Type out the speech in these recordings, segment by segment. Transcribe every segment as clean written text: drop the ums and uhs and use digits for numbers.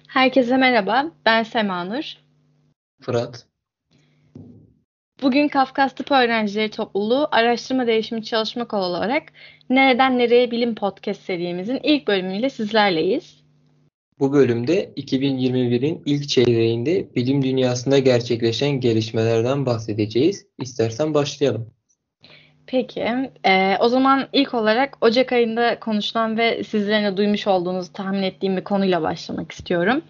Herkese merhaba, ben Semanur. Fırat. Bugün Kafkas Tıp Öğrencileri Topluluğu Araştırma Değişimi Çalışma Kolu olarak Nereden Nereye Bilim Podcast serimizin ilk bölümüyle sizlerleyiz. Bu bölümde 2021'in ilk çeyreğinde bilim dünyasında gerçekleşen gelişmelerden bahsedeceğiz. İstersen başlayalım. Peki, o zaman ilk olarak Ocak ayında konuşulan ve sizlerin de duymuş olduğunuzu tahmin ettiğim bir konuyla başlamak istiyorum.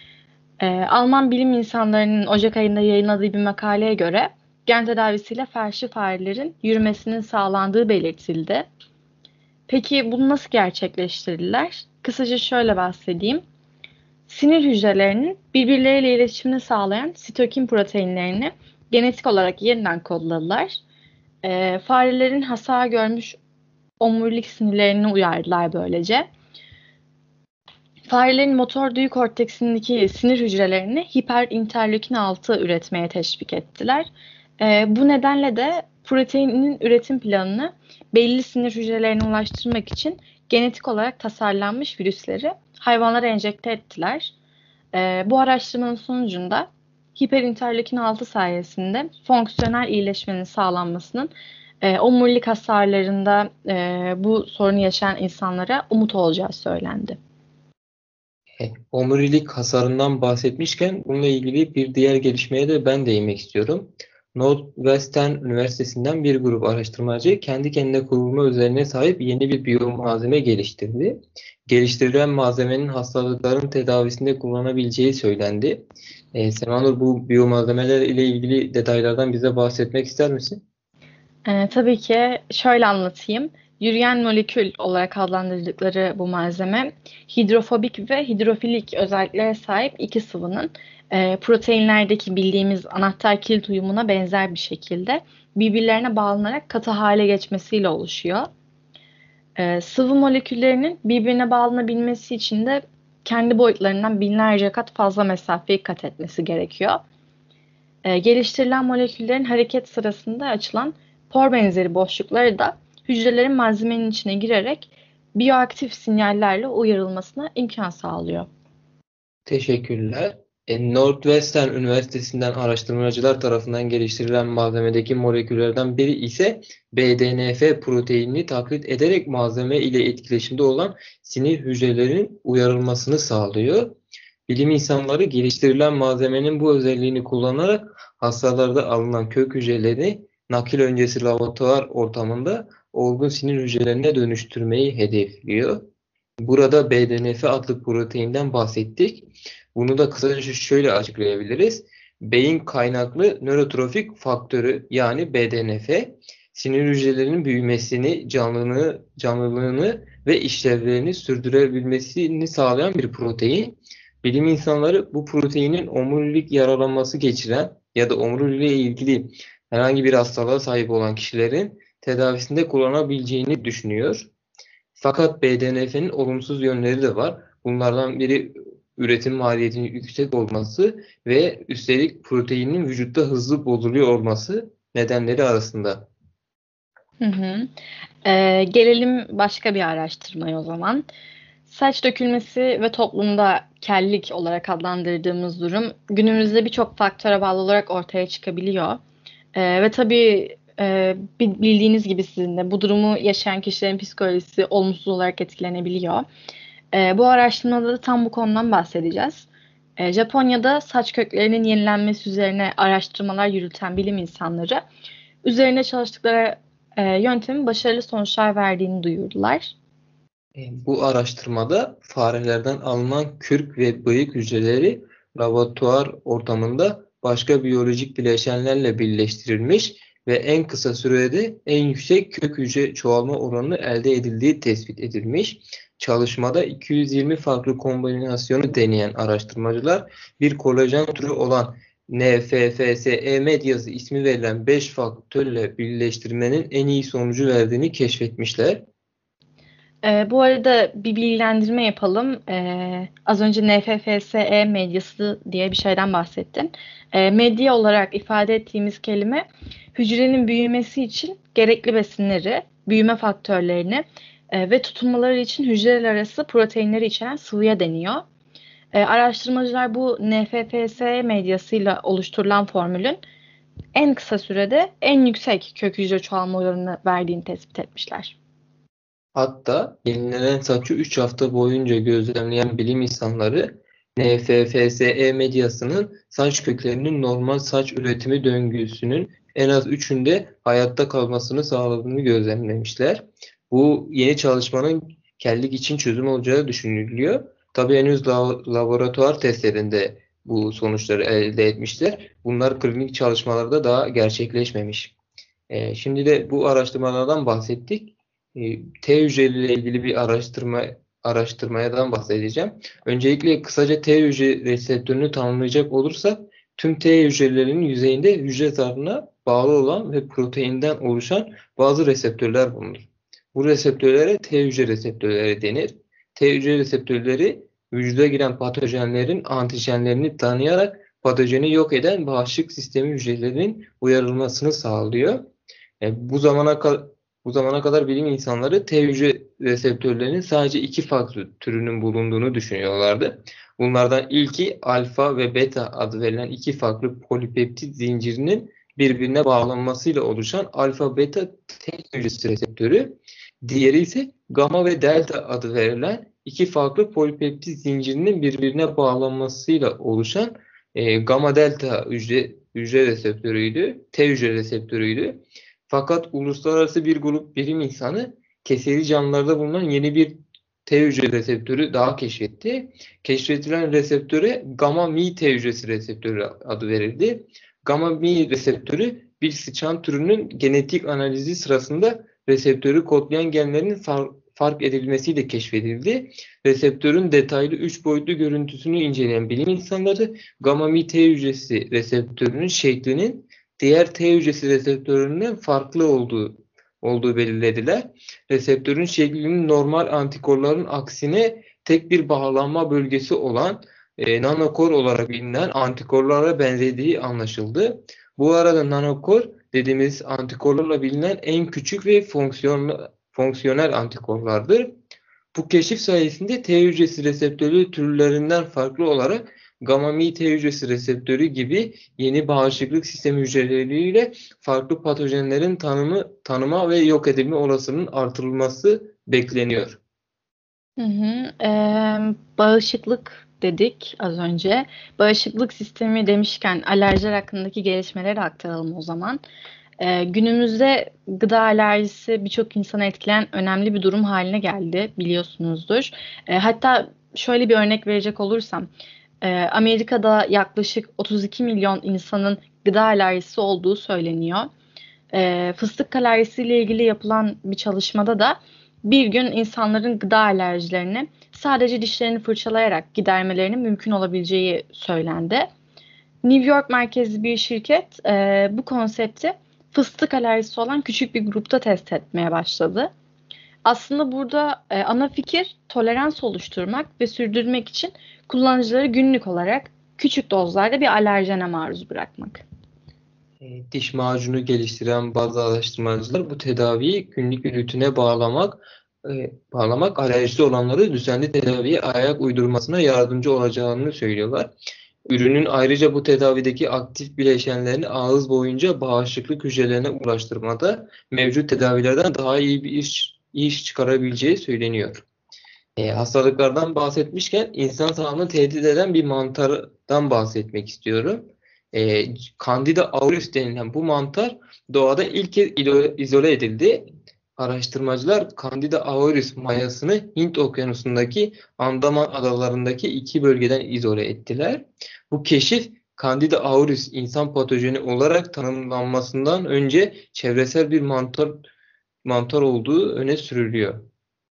Alman bilim insanlarının Ocak ayında yayınladığı bir makaleye göre gen tedavisiyle felçli farelerin yürümesinin sağlandığı belirtildi. Peki bunu nasıl gerçekleştirdiler? Kısaca şöyle bahsedeyim. Sinir hücrelerinin birbirleriyle iletişimini sağlayan sitokin proteinlerini genetik olarak yeniden kodladılar. Farelerin hasar görmüş omurilik sinirlerini uyardılar böylece. Farelerin motor duyu korteksindeki sinir hücrelerini hiperinterleukin 6 üretmeye teşvik ettiler. Bu nedenle de proteinin üretim planını belli sinir hücrelerine ulaştırmak için genetik olarak tasarlanmış virüsleri hayvanlara enjekte ettiler. Bu araştırmanın sonucunda hiperinterleukin 6 sayesinde fonksiyonel iyileşmenin sağlanmasının omurilik hasarlarında bu sorunu yaşayan insanlara umut olacağı söylendi. Omurilik hasarından bahsetmişken bununla ilgili bir diğer gelişmeye de ben değinmek istiyorum. Northwestern Üniversitesi'nden bir grup araştırmacı kendi kendine kurulma özelliğine sahip yeni bir biyomalzeme geliştirdi. Geliştirilen malzemenin hastalıkların tedavisinde kullanabileceği söylendi. Semanur, bu biyomalzemeler ile ilgili detaylardan bize bahsetmek ister misin? Tabii ki şöyle anlatayım. Yürüyen molekül olarak adlandırdıkları bu malzeme hidrofobik ve hidrofilik özelliklere sahip iki sıvının proteinlerdeki bildiğimiz anahtar kilit uyumuna benzer bir şekilde birbirlerine bağlanarak katı hale geçmesiyle oluşuyor. Sıvı moleküllerinin birbirine bağlanabilmesi için de kendi boyutlarından binlerce kat fazla mesafeyi kat etmesi gerekiyor. Geliştirilen moleküllerin hareket sırasında açılan por benzeri boşlukları da hücrelerin malzemenin içine girerek biyoaktif sinyallerle uyarılmasına imkan sağlıyor. Teşekkürler. Northwestern Üniversitesi'nden araştırmacılar tarafından geliştirilen malzemedeki moleküllerden biri ise BDNF proteinini taklit ederek malzeme ile etkileşimde olan sinir hücrelerinin uyarılmasını sağlıyor. Bilim insanları geliştirilen malzemenin bu özelliğini kullanarak hastalarda alınan kök hücrelerini nakil öncesi laboratuvar ortamında olgun sinir hücrelerine dönüştürmeyi hedefliyor. Burada BDNF adlı proteinden bahsettik. Bunu da kısaca şöyle açıklayabiliriz. Beyin kaynaklı nörotrofik faktörü yani BDNF, sinir hücrelerinin büyümesini, canlılığını ve işlevlerini sürdürebilmesini sağlayan bir protein. Bilim insanları bu proteinin omurilik yaralanması geçiren ya da omuriliğe ilgili herhangi bir hastalığa sahip olan kişilerin tedavisinde kullanabileceğini düşünüyor. Fakat BDNF'nin olumsuz yönleri de var. Bunlardan biri üretim maliyetinin yüksek olması ve üstelik proteinin vücutta hızlı bozuluyor olması nedenleri arasında. Hı hı. Gelelim başka bir araştırmaya o zaman. Saç dökülmesi ve toplumda kellik olarak adlandırdığımız durum günümüzde birçok faktöre bağlı olarak ortaya çıkabiliyor. Ve tabii bildiğiniz gibi sizin de bu durumu yaşayan kişilerin psikolojisi olumsuz olarak etkilenebiliyor. Bu araştırmada da tam bu konudan bahsedeceğiz. Japonya'da saç köklerinin yenilenmesi üzerine araştırmalar yürüten bilim insanları üzerine çalıştıkları yöntemin başarılı sonuçlar verdiğini duyurdular. Bu araştırmada farelerden alınan kürk ve bıyık hücreleri laboratuvar ortamında başka biyolojik bileşenlerle birleştirilmiş ve en kısa sürede en yüksek kök hücre çoğalma oranı elde edildiği tespit edilmiş. Çalışmada 220 farklı kombinasyonu deneyen araştırmacılar bir kolajen türü olan NFFSE medyası ismi verilen 5 faktörle birleştirmenin en iyi sonucu verdiğini keşfetmişler. Bu arada bir bilgilendirme yapalım. Az önce NFFSE medyası diye bir şeyden bahsettin. Medya olarak ifade ettiğimiz kelime hücrenin büyümesi için gerekli besinleri, büyüme faktörlerini ve tutunmaları için hücreler arası proteinleri içeren sıvıya deniyor. Araştırmacılar bu NFFS medyasıyla oluşturulan formülün en kısa sürede en yüksek kök hücre çoğalma oranını verdiğini tespit etmişler. Hatta yenilenen saçı 3 hafta boyunca gözlemleyen bilim insanları NFFSE medyasının saç köklerinin normal saç üretimi döngüsünün en az üçünde hayatta kalmasını sağladığını gözlemlemişler. Bu yeni çalışmanın kellik için çözüm olacağı düşünülüyor. Tabii henüz laboratuvar testlerinde bu sonuçları elde etmişler. Bunlar klinik çalışmalarda daha gerçekleşmemiş. Şimdi de bu araştırmalardan bahsettik. T hücreleriyle ilgili bir araştırmadan bahsedeceğim. Öncelikle kısaca T hücre reseptörünü tanımlayacak olursak tüm T hücrelerinin yüzeyinde hücre zarına bağlı olan ve proteinden oluşan bazı reseptörler bulunur. Bu reseptörlere T hücre reseptörleri denir. T hücre reseptörleri vücuda giren patojenlerin antijenlerini tanıyarak patojeni yok eden bağışıklık sistemi hücrelerinin uyarılmasını sağlıyor. Bu zamana kadar bilim insanları T hücre reseptörlerinin sadece iki farklı türünün bulunduğunu düşünüyorlardı. Bunlardan ilki alfa ve beta adı verilen iki farklı polipeptit zincirinin birbirine bağlanmasıyla oluşan alfa beta tek hücresi reseptörü. Diğeri ise gamma ve delta adı verilen iki farklı polipeptit zincirinin birbirine bağlanmasıyla oluşan gamma delta hücre reseptörüydü. T hücre reseptörüydü. Fakat uluslararası bir grup bilim insanı keseli canlılarda bulunan yeni bir T hücre reseptörü daha keşfetti. Keşfedilen reseptöre gamma mi T hücresi reseptörü adı verildi. Gamma mi reseptörü bir sıçan türünün genetik analizi sırasında reseptörü kodlayan genlerin fark edilmesiyle keşfedildi. Reseptörün detaylı 3 boyutlu görüntüsünü inceleyen bilim insanları gamma mi T hücresi reseptörünün şeklinin diğer T hücresi reseptöründen farklı olduğu belirlediler. Reseptörün şeklinin normal antikorların aksine tek bir bağlanma bölgesi olan nanokor olarak bilinen antikorlara benzediği anlaşıldı. Bu arada nanokor dediğimiz antikorlarla bilinen en küçük ve fonksiyonel antikorlardır. Bu keşif sayesinde T hücresi reseptörü türlerinden farklı olarak gamma mi T hücresi reseptörü gibi yeni bağışıklık sistemi hücreleriyle farklı patojenlerin tanıma ve yok edilme olasılığının artırılması bekleniyor. Hı hı. Bağışıklık dedik az önce. Bağışıklık sistemi demişken alerjiler hakkındaki gelişmeleri aktaralım o zaman. Günümüzde gıda alerjisi birçok insanı etkileyen önemli bir durum haline geldi, biliyorsunuzdur. Hatta şöyle bir örnek verecek olursam, Amerika'da yaklaşık 32 milyon insanın gıda alerjisi olduğu söyleniyor. Fıstık alerjisiyle ilgili yapılan bir çalışmada da bir gün insanların gıda alerjilerini sadece dişlerini fırçalayarak gidermelerinin mümkün olabileceği söylendi. New York merkezli bir şirket bu konsepti fıstık alerjisi olan küçük bir grupta test etmeye başladı. Aslında burada ana fikir tolerans oluşturmak ve sürdürmek için kullanıcıları günlük olarak küçük dozlarda bir alerjene maruz bırakmak. Diş macunu geliştiren bazı araştırmacılar bu tedaviyi günlük bir rutine bağlamak alerjisi olanları düzenli tedaviye ayak uydurmasına yardımcı olacağını söylüyorlar. Ürünün ayrıca bu tedavideki aktif bileşenlerini ağız boyunca bağışıklık hücrelerine ulaştırmada mevcut tedavilerden daha iyi bir iş çıkarabileceği söyleniyor. Hastalıklardan bahsetmişken insan sağlığını tehdit eden bir mantardan bahsetmek istiyorum. Candida auris denilen bu mantar doğada ilk kez izole edildi. Araştırmacılar Candida auris mayasını Hint Okyanusu'ndaki Andaman adalarındaki iki bölgeden izole ettiler. Bu keşif Candida auris insan patojeni olarak tanımlanmasından önce çevresel bir mantar olduğu öne sürülüyor.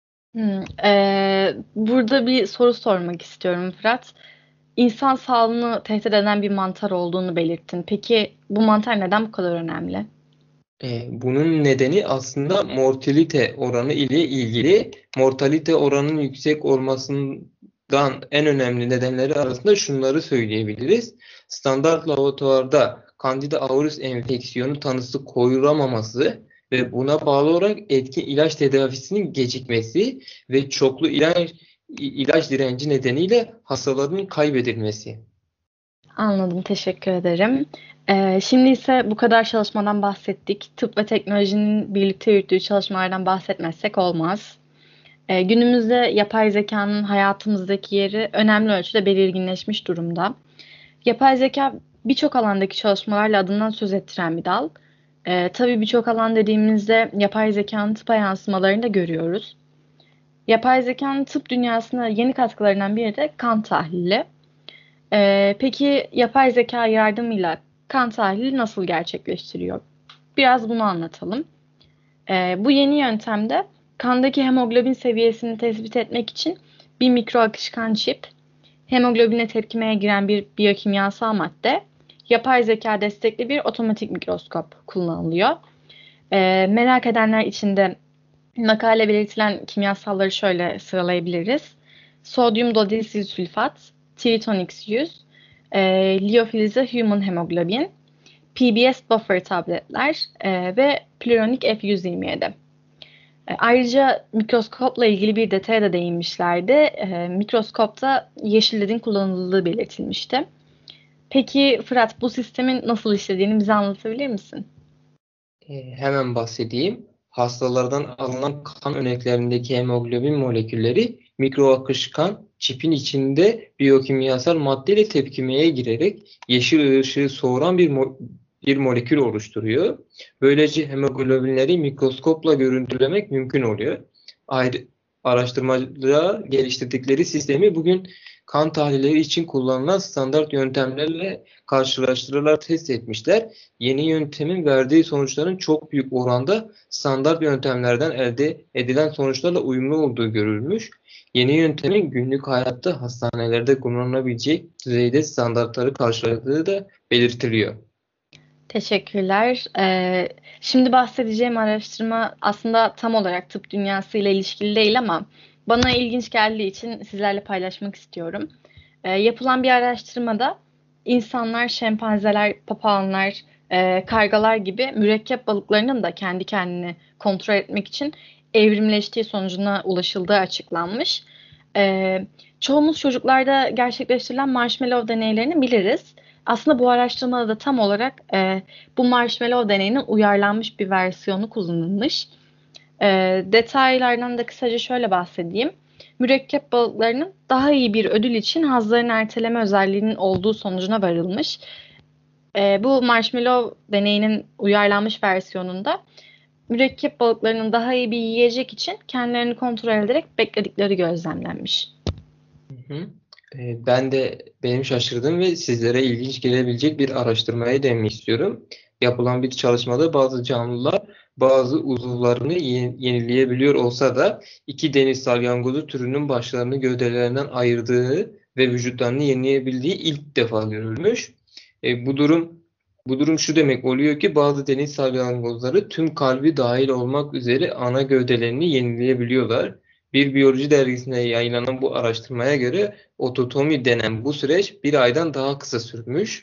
Burada bir soru sormak istiyorum Fırat. İnsan sağlığını tehdit eden bir mantar olduğunu belirttin. Peki bu mantar neden bu kadar önemli? Bunun nedeni aslında mortalite oranı ile ilgili. Mortalite oranının yüksek olmasından en önemli nedenleri arasında şunları söyleyebiliriz. Standart laboratuvarda Candida auris enfeksiyonu tanısı koyulamaması ve buna bağlı olarak etkin ilaç tedavisinin gecikmesi ve çoklu ilaç direnci nedeniyle hastaların kaybedilmesi. Anladım, teşekkür ederim. Şimdi ise bu kadar çalışmadan bahsettik. Tıp ve teknolojinin birlikte yürüttüğü çalışmalardan bahsetmezsek olmaz. Günümüzde yapay zekanın hayatımızdaki yeri önemli ölçüde belirginleşmiş durumda. Yapay zeka birçok alandaki çalışmalarla adından söz ettiren bir dal. Tabii birçok alan dediğimizde yapay zekanın tıpa yansımalarını da görüyoruz. Yapay zekanın tıp dünyasına yeni katkılarından biri de kan tahlili. Peki yapay zeka yardımıyla kan tahlili nasıl gerçekleştiriyor? Biraz bunu anlatalım. Bu yeni yöntemde kandaki hemoglobin seviyesini tespit etmek için bir mikro akışkan çip, hemoglobine tepkimeye giren bir biyokimyasal madde, yapay zeka destekli bir otomatik mikroskop kullanılıyor. Merak edenler için de makale belirtilen kimyasalları şöyle sıralayabiliriz. Sodyum dodesil sülfat, Triton X100, liyofilize human hemoglobin, PBS buffer tabletler ve Plurionic F127. Ayrıca mikroskopla ilgili bir detaya da değinmişlerdi. Mikroskopta yeşil ledin kullanıldığı belirtilmişti. Peki Fırat, bu sistemin nasıl işlediğini bize anlatabilir misin? Hemen bahsedeyim. Hastalardan alınan kan örneklerindeki hemoglobin molekülleri mikro akışkan çipin içinde biyokimyasal maddeyle tepkimeye girerek yeşil ışığı soğuran bir molekül oluşturuyor. Böylece hemoglobinleri mikroskopla görüntülemek mümkün oluyor. Araştırmacılar geliştirdikleri sistemi bugün kan tahlilleri için kullanılan standart yöntemlerle karşılaştırırlar, test etmişler. Yeni yöntemin verdiği sonuçların çok büyük oranda standart yöntemlerden elde edilen sonuçlarla uyumlu olduğu görülmüş. Yeni yöntemin günlük hayatta hastanelerde kullanılabilecek düzeyde standartları karşıladığı da belirtiliyor. Teşekkürler. Şimdi bahsedeceğim araştırma aslında tam olarak tıp dünyasıyla ilişkili değil ama bana ilginç geldiği için sizlerle paylaşmak istiyorum. Yapılan bir araştırmada insanlar, şempanzeler, papağanlar, kargalar gibi mürekkep balıklarının da kendi kendini kontrol etmek için evrimleştiği sonucuna ulaşıldığı açıklanmış. Çoğumuz çocuklarda gerçekleştirilen marshmallow deneylerini biliriz. Aslında bu araştırmada da tam olarak bu marshmallow deneyinin uyarlanmış bir versiyonu kullanılmış. Detaylardan da kısaca şöyle bahsedeyim. Mürekkep balıklarının daha iyi bir ödül için hazlarını erteleme özelliğinin olduğu sonucuna varılmış. Bu marshmallow deneyinin uyarlanmış versiyonunda mürekkep balıklarının daha iyi bir yiyecek için kendilerini kontrol ederek bekledikleri gözlemlenmiş. Hı hı. Benim şaşırdığım ve sizlere ilginç gelebilecek bir araştırmaya değinmek istiyorum. Yapılan bir çalışmada bazı canlılar bazı uzuvlarını yenileyebiliyor olsa da iki deniz salyangozu türünün başlarını gövdelerinden ayırdığı ve vücutlarını yenileyebildiği ilk defa görülmüş. Bu durum şu demek oluyor ki bazı deniz salyangozları tüm kalbi dahil olmak üzere ana gövdelerini yenileyebiliyorlar. Bir biyoloji dergisinde yayınlanan bu araştırmaya göre ototomi denen bu süreç bir aydan daha kısa sürmüş.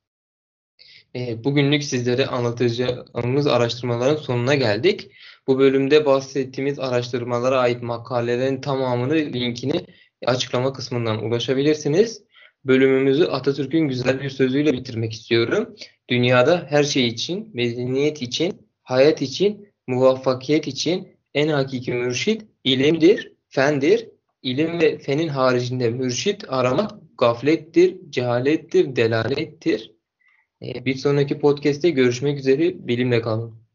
Bugünlük sizlere anlatacağımız araştırmaların sonuna geldik. Bu bölümde bahsettiğimiz araştırmalara ait makalelerin tamamını linkini açıklama kısmından ulaşabilirsiniz. Bölümümüzü Atatürk'ün güzel bir sözüyle bitirmek istiyorum. Dünyada her şey için, medeniyet için, hayat için, muvaffakiyet için en hakiki mürşit ilimdir, fendir. İlim ve fenin haricinde mürşit aramak gaflettir, cehalettir, delalettir. Bir sonraki podcast'te görüşmek üzere. Bilimle kalın.